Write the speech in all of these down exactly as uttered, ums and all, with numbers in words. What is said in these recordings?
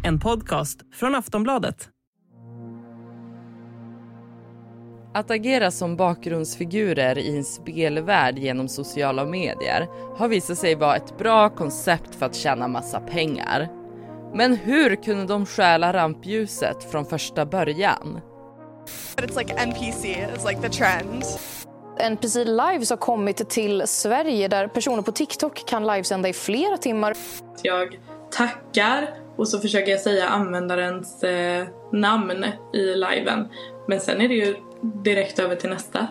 En podcast från Aftonbladet. Att agera som bakgrundsfigurer i en spelvärld genom sociala medier har visat sig vara ett bra koncept för att tjäna massa pengar. Men hur kunde de stjäla rampljuset från första början? It's like N P C is like the trend. N P C Lives har kommit till Sverige där personer på TikTok kan livesända i flera timmar. Jag tackar och så försöker jag säga användarens eh, namn i liven. Men sen är det ju direkt över till nästa.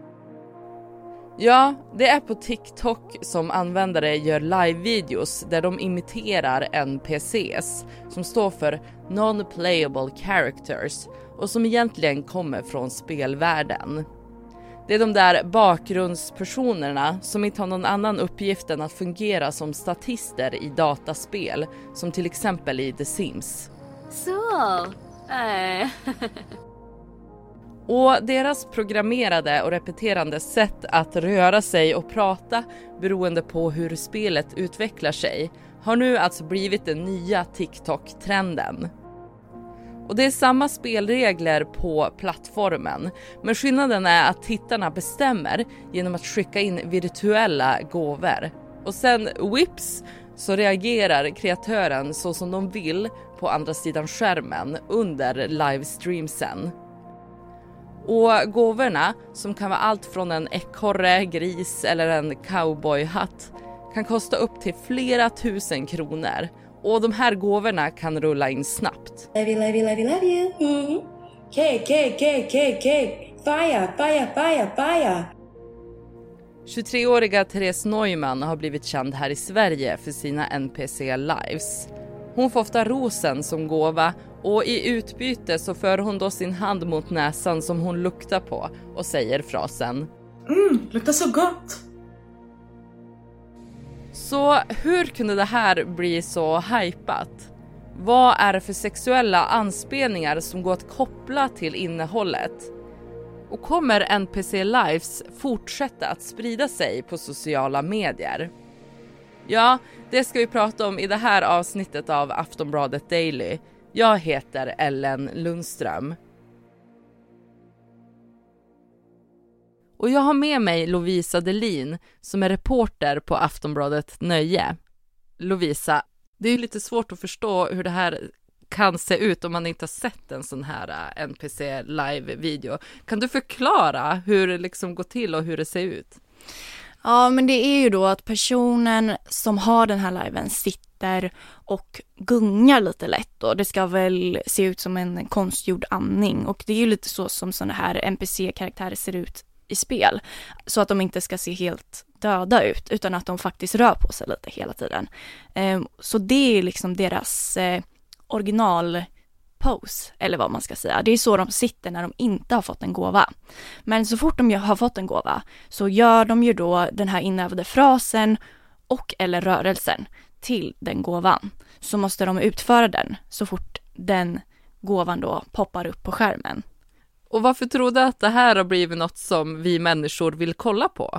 Ja, det är på TikTok som användare gör live-videos där de imiterar N P Cs som står för non-playable characters och som egentligen kommer från spelvärlden. Det är de där bakgrundspersonerna som inte har någon annan uppgift än att fungera som statister i dataspel, som till exempel i The Sims. Så, äh. Och deras programmerade och repeterande sätt att röra sig och prata beroende på hur spelet utvecklar sig har nu alltså blivit den nya TikTok-trenden. Och det är samma spelregler på plattformen, men skillnaden är att tittarna bestämmer genom att skicka in virtuella gåvor. Och sen whips så reagerar kreatören så som de vill på andra sidan skärmen under livestreamsen. Och gåvorna, som kan vara allt från en ekorre, gris eller en cowboyhatt, kan kosta upp till flera tusen kronor. Och de här gåvorna kan rulla in snabbt. Love you, love you, love you, love you. Mm-hmm. Cake, cake, cake, cake, cake. Fire, fire, fire, fire. tjugotre-åriga Therese Neumann har blivit känd här i Sverige för sina N P C lives. Hon får ofta rosen som gåva och i utbyte så för hon då sin hand mot näsan som hon luktar på och säger frasen: Mm, luktar så gott! Så hur kunde det här bli så hypat? Vad är det för sexuella anspelningar som går att koppla till innehållet? Och kommer N P C Lives fortsätta att sprida sig på sociala medier? Ja, det ska vi prata om i det här avsnittet av Aftonbladet Daily. Jag heter Ellen Lundström. Och jag har med mig Lovisa Delin som är reporter på Aftonbladet Nöje. Lovisa, det är lite svårt att förstå hur det här kan se ut om man inte har sett en sån här N P C live-video. Kan du förklara hur det liksom går till och hur det ser ut? Ja, men det är ju då att personen som har den här liven sitter och gungar lite lätt då. Det ska väl se ut som en konstgjord andning och det är ju lite så som såna här N P C-karaktärer ser ut i spel. Så att de inte ska se helt döda ut utan att de faktiskt rör på sig lite hela tiden. Så det är liksom deras original pose, eller vad man ska säga. Det är så de sitter när de inte har fått en gåva. Men så fort de har fått en gåva så gör de ju då den här inövade frasen och eller rörelsen till den gåvan. Så måste de utföra den så fort den gåvan då poppar upp på skärmen. Och varför tror du att det här har blivit något som vi människor vill kolla på?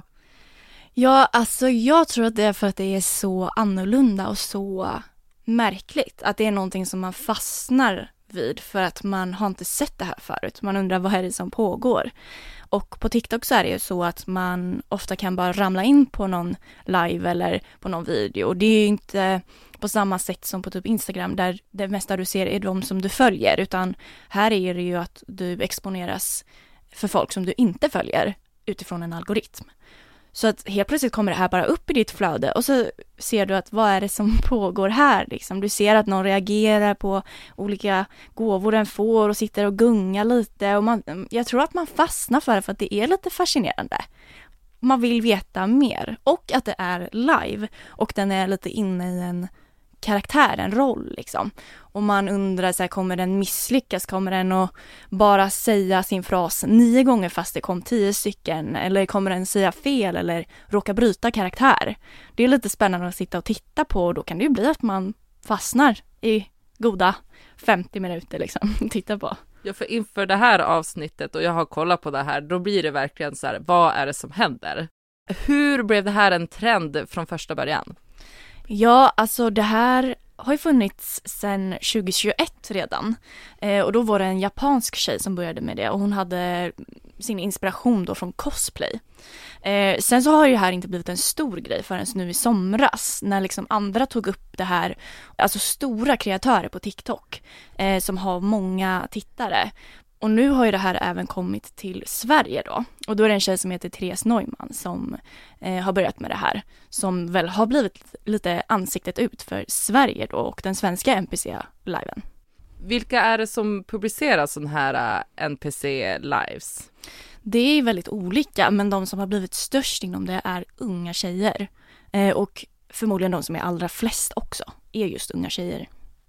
Ja, alltså jag tror att det är för att det är så annorlunda och så märkligt. Att det är någonting som man fastnar vid för att man har inte sett det här förut. Man undrar vad är det som pågår. Och på TikTok så är det ju så att man ofta kan bara ramla in på någon live eller på någon video. Och det är ju inte på samma sätt som på typ Instagram där det mesta du ser är de som du följer. Utan här är det ju att du exponeras för folk som du inte följer utifrån en algoritm. Så att helt plötsligt kommer det här bara upp i ditt flöde och så ser du att vad är det som pågår här liksom. Du ser att någon reagerar på olika gåvor den får och sitter och gungar lite och man, jag tror att man fastnar för det för att det är lite fascinerande. Man vill veta mer och att det är live och den är lite inne i en karaktär, en roll liksom. Och man undrar så här, kommer den misslyckas? Kommer den att bara säga sin fras nio gånger fast det kom tio stycken? Eller kommer den säga fel eller råka bryta karaktär? Det är lite spännande att sitta och titta på och då kan det ju bli att man fastnar i goda femtio minuter liksom, titta på. Ja, för inför det här avsnittet och jag har kollat på det här, då blir det verkligen så här, vad är det som händer? Hur blev det här en trend från första början? Ja, alltså det här har ju funnits sedan tjugohundratjugoett redan. Eh, och då var det en japansk tjej som började med det och hon hade sin inspiration då från cosplay. Eh, sen så har ju det här inte blivit en stor grej förrän nu i somras när liksom andra tog upp det här, alltså stora kreatörer på TikTok eh, som har många tittare. Och nu har ju det här även kommit till Sverige då. Och då är det en tjej som heter Therese Neumann som eh, har börjat med det här. Som väl har blivit lite ansiktet ut för Sverige då och den svenska N P C-liven. Vilka är det som publicerar sån här uh, N P C-lives? Det är väldigt olika, men de som har blivit störst inom det är unga tjejer. Eh, och förmodligen de som är allra flest också är just unga tjejer.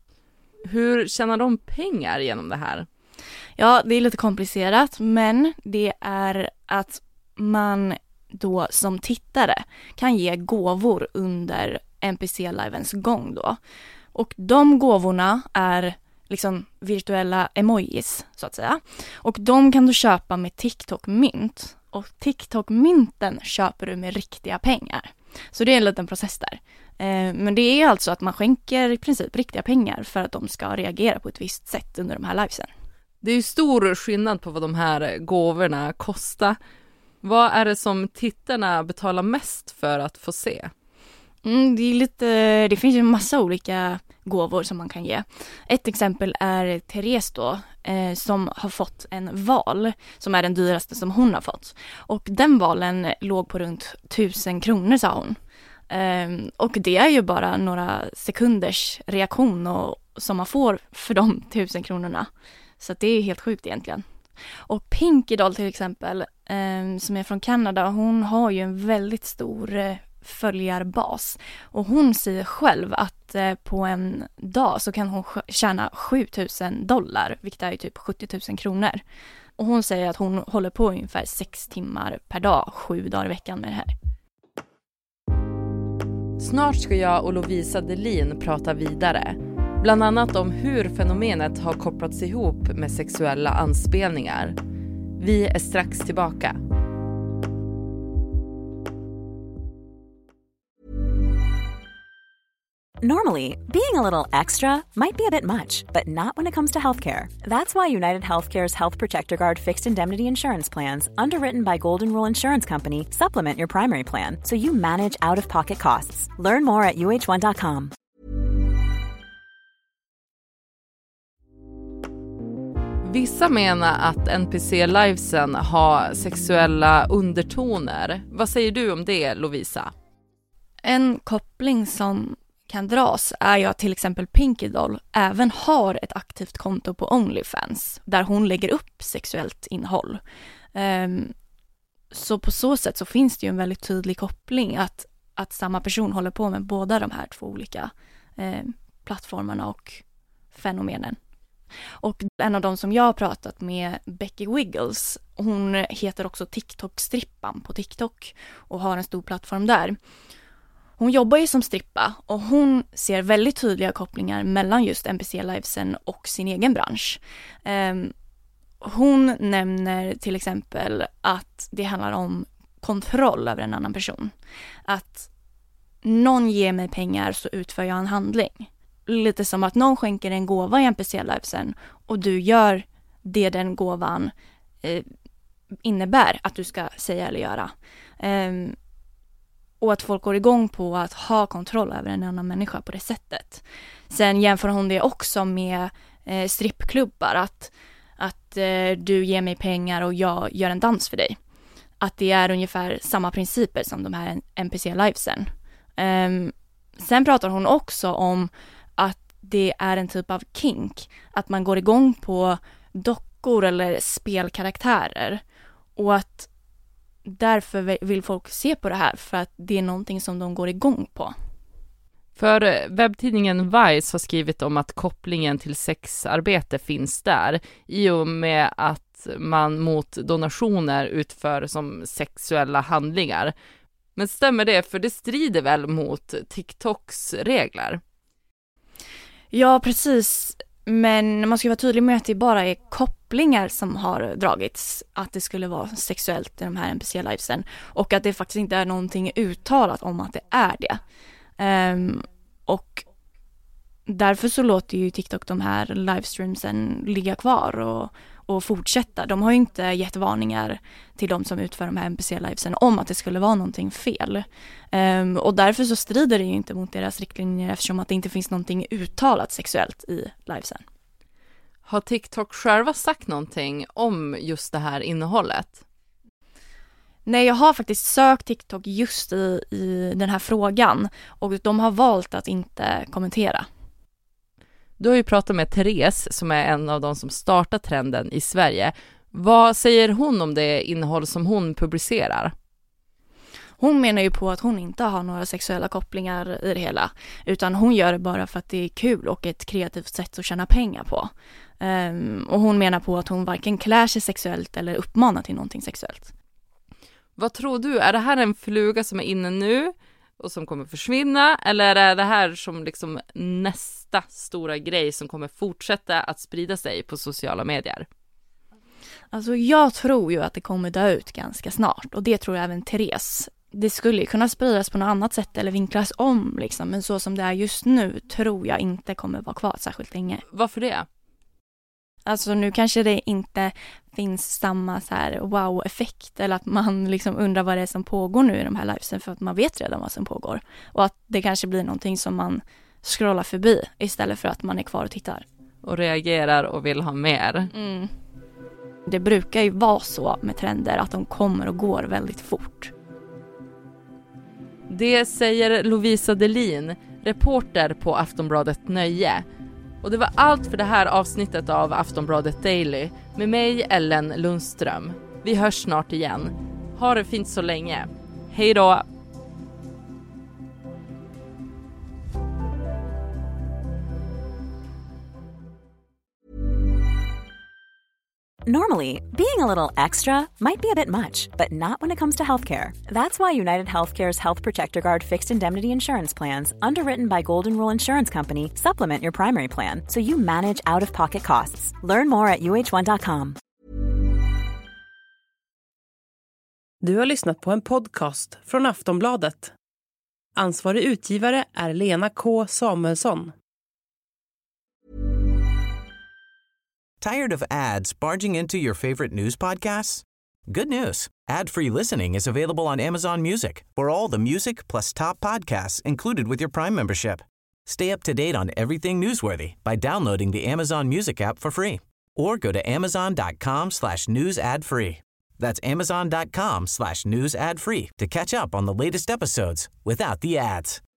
Hur tjänar de pengar genom det här? Ja, det är lite komplicerat, men det är att man då som tittare kan ge gåvor under N P C-livens gång då. Och de gåvorna är liksom virtuella emojis så att säga. Och de kan du köpa med TikTok-mynt. Och TikTok-mynten köper du med riktiga pengar. Så det är en liten process där. Eh, men det är alltså att man skänker i princip riktiga pengar för att de ska reagera på ett visst sätt under de här livesen. Det är ju stor skillnad på vad de här gåvorna kostar. Vad är det som tittarna betalar mest för att få se? Mm, det är lite, det finns ju en massa olika gåvor som man kan ge. Ett exempel är Therese då, eh, som har fått en val som är den dyraste som hon har fått. Och den valen låg på runt tusen kronor sa hon. Eh, och det är ju bara några sekunders reaktion och, som man får för de tusen kronorna. Så att det är helt sjukt egentligen. Och Pinky Doll till exempel, eh, som är från Kanada, hon har ju en väldigt stor eh, följarbas. Och hon säger själv att eh, på en dag så kan hon tjäna sjutusen dollar, vilket är ju typ sjuttiotusen kronor. Och hon säger att hon håller på ungefär sex timmar per dag, sju dagar i veckan med det här. Snart ska jag och Lovisa Delin prata vidare. Bland annat om hur fenomenet har kopplats ihop med sexuella anspelningar. Vi är strax tillbaka. Normally, being a little extra might be a bit much, but not when it comes to healthcare. That's why United Healthcare's Health Protector Guard fixed indemnity insurance plans, underwritten by Golden Rule Insurance Company, supplement your primary plan so you manage out-of-pocket costs. Learn more at U H one dot com. Vissa menar att N P C-livesen har sexuella undertoner. Vad säger du om det, Lovisa? En koppling som kan dras är ju att till exempel Pinky Doll även har ett aktivt konto på OnlyFans där hon lägger upp sexuellt innehåll. Um, så på så sätt så finns det ju en väldigt tydlig koppling att, att samma person håller på med båda de här två olika eh, plattformarna och fenomenen. Och en av de som jag har pratat med, Becky Wiggles, hon heter också TikTok-strippan på TikTok och har en stor plattform där. Hon jobbar ju som strippa och hon ser väldigt tydliga kopplingar mellan just N P C-livesen och sin egen bransch. Um, hon nämner till exempel att det handlar om kontroll över en annan person. Att någon ger mig pengar så utför jag en handling. Lite som att någon skänker en gåva i N P C-livesen och du gör det den gåvan eh, innebär att du ska säga eller göra. Um, Och att folk går igång på att ha kontroll över en annan människa på det sättet. Sen jämför hon det också med eh, strippklubbar. Att, att eh, du ger mig pengar och jag gör en dans för dig. Att det är ungefär samma principer som de här N P C-livesen. Um, sen pratar hon också om att det är en typ av kink. Att man går igång på dockor eller spelkaraktärer. Och att därför vill folk se på det här för att det är någonting som de går igång på. För webbtidningen Vice har skrivit om att kopplingen till sexarbete finns där i och med att man mot donationer utför som sexuella handlingar. Men stämmer det? För det strider väl mot TikToks regler? Ja, precis. Men man ska vara tydlig med att det bara är kopplingar som har dragits, att det skulle vara sexuellt i de här N P C-livesen och att det faktiskt inte är någonting uttalat om att det är det. Um, och därför så låter ju TikTok de här livestreamsen ligga kvar och, och fortsätta. De har ju inte gett varningar till de som utför de här N P C-livesen om att det skulle vara någonting fel. Um, och därför så strider det ju inte mot deras riktlinjer eftersom att det inte finns någonting uttalat sexuellt i livesen. Har TikTok själva sagt någonting om just det här innehållet? Nej, jag har faktiskt sökt TikTok just i, i den här frågan och de har valt att inte kommentera. Du har ju pratat med Therese som är en av de som startar trenden i Sverige. Vad säger hon om det innehåll som hon publicerar? Hon menar ju på att hon inte har några sexuella kopplingar i det hela. Utan hon gör det bara för att det är kul och ett kreativt sätt att tjäna pengar på. Um, och hon menar på att hon varken klär sig sexuellt eller uppmanar till någonting sexuellt. Vad tror du? Är det här en fluga som är inne nu och som kommer försvinna? Eller är det här som liksom nästa stora grej som kommer fortsätta att sprida sig på sociala medier? Alltså jag tror ju att det kommer dö ut ganska snart. Och det tror jag även Therese. Det skulle kunna spridas på något annat sätt eller vinklas om liksom. Men så som det är just nu tror jag inte kommer vara kvar särskilt länge. Varför det? Alltså nu kanske det inte finns samma så här wow-effekt eller att man liksom undrar vad det är som pågår nu i de här livesen för att man vet redan vad som pågår. Och att det kanske blir någonting som man scrollar förbi istället för att man är kvar och tittar. Och reagerar och vill ha mer. Mm. Det brukar ju vara så med trender att de kommer och går väldigt fort. Det säger Lovisa Delin, reporter på Aftonbladet Nöje. Och det var allt för det här avsnittet av Aftonbladet Daily med mig, Ellen Lundström. Vi hörs snart igen. Ha det fint så länge. Hej då! Normally, being a little extra might be a bit much, but not when it comes to healthcare. That's why United Healthcare's Health Protector Guard fixed indemnity insurance plans, underwritten by Golden Rule Insurance Company, supplement your primary plan so you manage out-of-pocket costs. Learn more at U H one dot com. Du har lyssnat på en podcast från Aftonbladet. Ansvarig utgivare är Lena K. Samuelsson. Tired of ads barging into your favorite news podcasts? Good news. Ad-free listening is available on Amazon Music for all the music plus top podcasts included with your Prime membership. Stay up to date on everything newsworthy by downloading the Amazon Music app for free or go to amazon.com slash news ad free. That's amazon.com slash news ad free to catch up on the latest episodes without the ads.